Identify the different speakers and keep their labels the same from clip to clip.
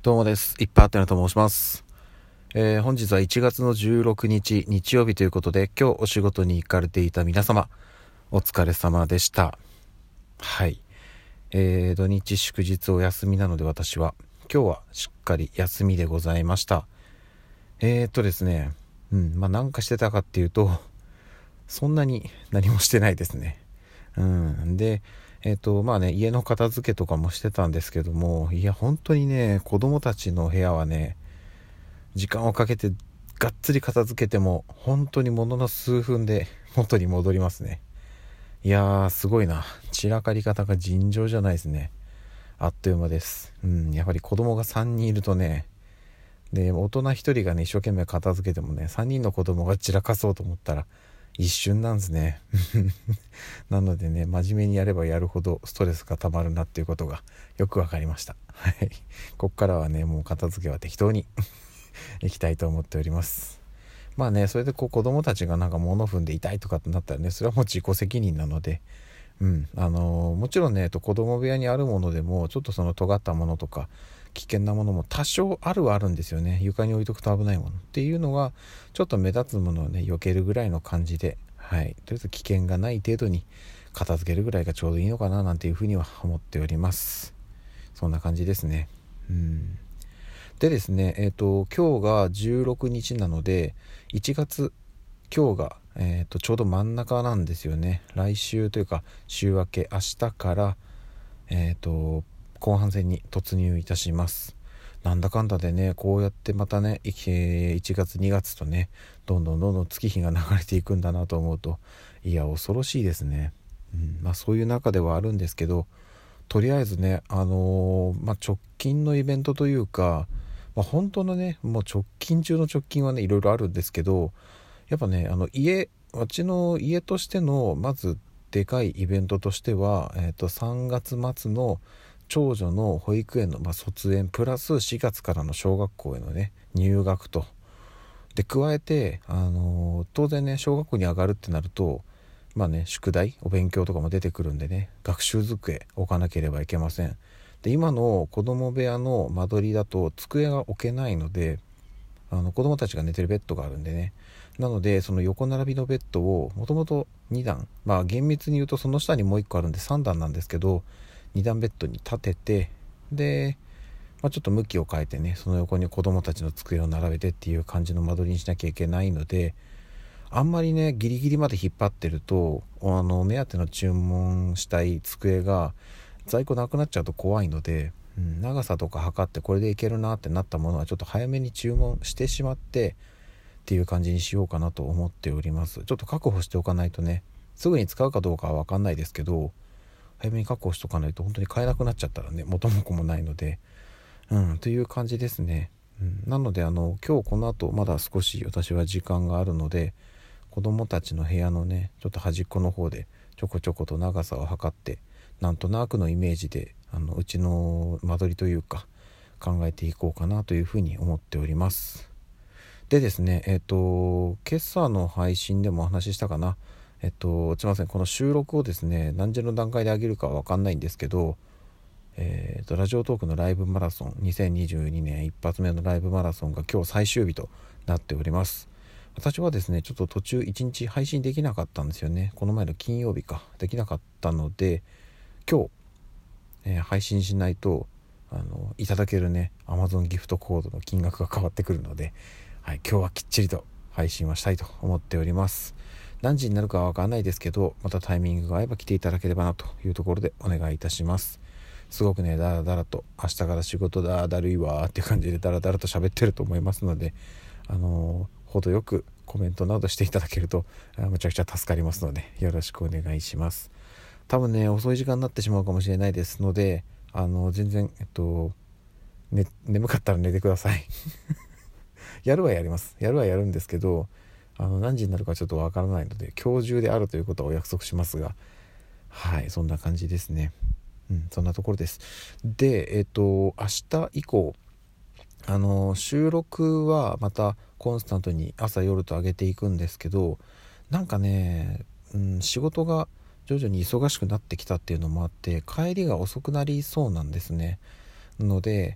Speaker 1: どうもです。いっぱいあってなと申します。本日は1月の16日日曜日ということで、今日お仕事に行かれていた皆様お疲れ様でした。はい、土日祝日お休みなので、私は今日はしっかり休みでございました。ですね何かしてたかっていうと、そんなに何もしてないですね。で家の片付けとかもしてたんですけども、いや本当にね、子供たちの部屋はね、時間をかけてがっつり片付けても本当にものの数分で元に戻りますね。いやー、すごいな。散らかり方が尋常じゃないですね。あっという間です。やっぱり子供が3人いるとね、で大人1人がね一生懸命片付けてもね、3人の子供が散らかそうと思ったら一瞬なんですね。なのでね、真面目にやればやるほどストレスがたまるなっていうことがよくわかりました。はい、こっからはね、もう片付けは適当にいきたいと思っております。まあね、それで子供たちがなんか物踏んで痛いとかってなったらね、それはもう自己責任なので、もちろんね、子供部屋にあるものでもちょっとその尖ったものとか危険なものも多少あるはあるんですよね。床に置いとくと危ないものっていうのはちょっと目立つものをね避けるぐらいの感じで、とりあえず危険がない程度に片付けるぐらいがちょうどいいのかななんていうふうには思っております。そんな感じですね。でですね、今日が16日なので、1月、今日が、ちょうど真ん中なんですよね。来週というか週明け、明日から、後半戦に突入いたします。なんだかんだでね、こうやってまたね、1月2月とね、どんどん月日が流れていくんだなと思うと、いや恐ろしいですね。そういう中ではあるんですけど、とりあえずね、直近のイベントというか、本当のね、もう直近中の直近はね、いろいろあるんですけど、やっぱね、うちの家としてのまずでかいイベントとしては、3月末の長女の保育園の、卒園プラス4月からの小学校へのね入学と、で加えて、当然ね、小学校に上がるってなると、宿題お勉強とかも出てくるんでね、学習机置かなければいけません。で今の子供部屋の間取りだと机が置けないので、子供たちが寝てるベッドがあるんでね、なのでその横並びのベッドをもともと2段、厳密に言うとその下にもう1個あるんで3段なんですけど、2段ベッドに立てて、で、ちょっと向きを変えてね、その横に子供たちの机を並べてっていう感じの間取りにしなきゃいけないので、あんまりねギリギリまで引っ張ってると、目当ての注文したい机が在庫なくなっちゃうと怖いので、長さとか測ってこれでいけるなってなったものはちょっと早めに注文してしまってっていう感じにしようかなと思っております。ちょっと確保しておかないとね、すぐに使うかどうかは分かんないですけど、早めに確保しておかないと本当に買えなくなっちゃったらね、元も子もないので、という感じですね。なので今日この後まだ少し私は時間があるので、子供たちの部屋のねちょっと端っこの方でちょこちょこと長さを測って、なんとなくのイメージでうちの間取りというか考えていこうかなというふうに思っております。でですね、今朝の配信でもお話ししたかな。すいません、この収録をですね何時の段階で上げるかは分かんないんですけど、ラジオトークのライブマラソン2022年一発目のライブマラソンが今日最終日となっております。私はですねちょっと途中1日配信できなかったんですよね。この前の金曜日かできなかったので、今日、配信しないといただけるね Amazon ギフトコードの金額が変わってくるので、今日はきっちりと配信はしたいと思っております。何時になるかは分からないですけど、またタイミングが合えば来ていただければなというところでお願いいたします。すごくねだらだらと明日から仕事だるいわーっていう感じでだらだらと喋ってると思いますので、程よくコメントなどしていただけるとむちゃくちゃ助かりますので、よろしくお願いします。多分ね遅い時間になってしまうかもしれないですので、全然眠かったら寝てください。やるはやります。やるはやるんですけど、何時になるかちょっとわからないので今日中であるということはお約束しますが、そんな感じですね。そんなところです。で、明日以降収録はまたコンスタントに朝夜と上げていくんですけど、なんかね、仕事が徐々に忙しくなってきたっていうのもあって帰りが遅くなりそうなんですね。ので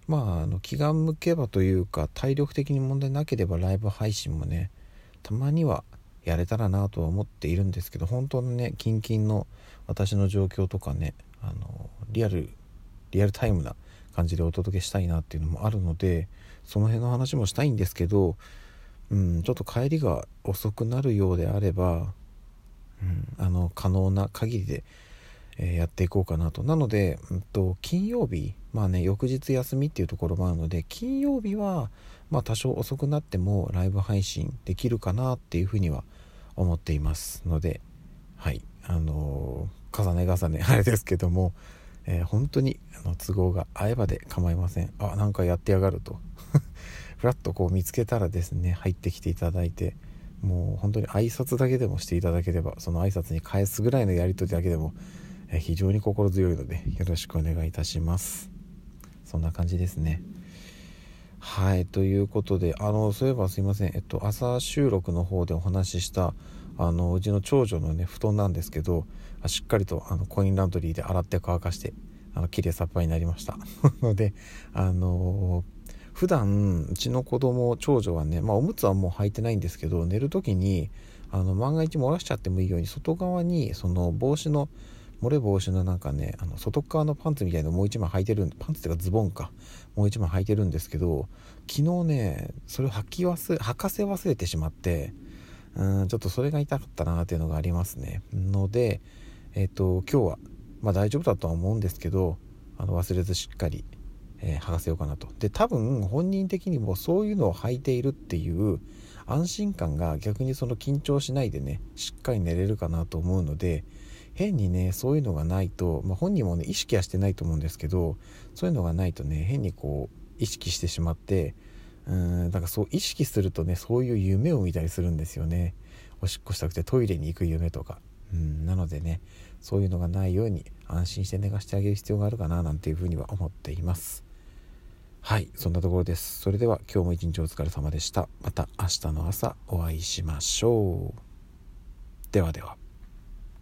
Speaker 1: 気が向けばというか、体力的に問題なければライブ配信もね、たまにはやれたらなとは思っているんですけど、本当のね、近々の私の状況とかね、リアルタイムな感じでお届けしたいなっていうのもあるので、その辺の話もしたいんですけど、ちょっと帰りが遅くなるようであれば、可能な限りで、やっていこうかなと。なので、金曜日、翌日休みっていうところもあるので、金曜日は多少遅くなってもライブ配信できるかなっていうふうには思っていますので、はい、重ねあれですけども、本当に都合が合えばで構いません。なんかやってやがるとふらっとこう見つけたらですね、入ってきていただいて、もう本当に挨拶だけでもしていただければ、その挨拶に返すぐらいのやり取りだけでも非常に心強いので、よろしくお願いいたします。そんな感じですね。はい、ということで、そういえばすいません、朝収録の方でお話ししたうちの長女のね布団なんですけど、しっかりとコインランドリーで洗って乾かして綺麗さっぱりになりましたので、普段うちの長女はね、おむつはもう履いてないんですけど、寝る時に万が一漏らしちゃってもいいように、外側にその漏れ防止のなんかね、外側のパンツみたいなのもう一枚履いてる、パンツっていうかズボンか、もう一枚履いてるんですけど、昨日ねそれを履かせ忘れてしまって、ちょっとそれが痛かったなっていうのがありますね。ので今日は大丈夫だとは思うんですけど、忘れずしっかり、剥がせようかなと。で、多分本人的にもそういうのを履いているっていう安心感が逆にその緊張しないでね、しっかり寝れるかなと思うので、変にねそういうのがないと、本人もね意識はしてないと思うんですけど、そういうのがないとね、変にこう意識してしまって、だからそう意識するとね、そういう夢を見たりするんですよね。おしっこしたくてトイレに行く夢とか。なのでね、そういうのがないように安心して寝かしてあげる必要があるかななんていうふうには思っています。はい、そんなところです。それでは今日も一日お疲れ様でした。また明日の朝お会いしましょう。ではでは。